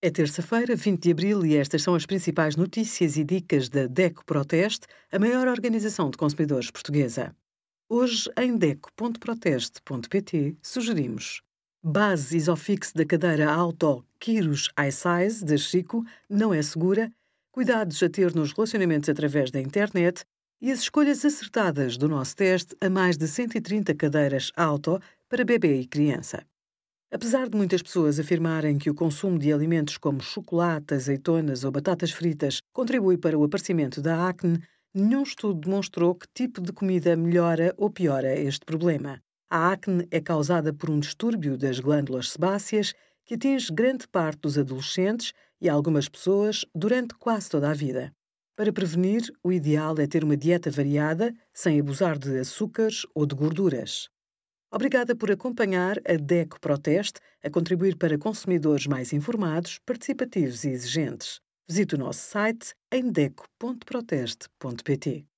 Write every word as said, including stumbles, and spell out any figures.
É terça-feira, vinte de abril, e estas são as principais notícias e dicas da DECO Proteste, a maior organização de consumidores portuguesa. Hoje, em deco ponto proteste ponto pt, sugerimos: base Isofix da cadeira Auto Quiros iSize da Chico não é segura, cuidados a ter nos relacionamentos através da internet e as escolhas acertadas do nosso teste a mais de cento e trinta cadeiras Auto para bebê e criança. Apesar de muitas pessoas afirmarem que o consumo de alimentos como chocolate, azeitonas ou batatas fritas contribui para o aparecimento da acne, nenhum estudo demonstrou que tipo de comida melhora ou piora este problema. A acne é causada por um distúrbio das glândulas sebáceas que atinge grande parte dos adolescentes e algumas pessoas durante quase toda a vida. Para prevenir, o ideal é ter uma dieta variada, sem abusar de açúcares ou de gorduras. Obrigada por acompanhar a DECO Proteste a contribuir para consumidores mais informados, participativos e exigentes. Visite o nosso site em deco ponto proteste ponto pt.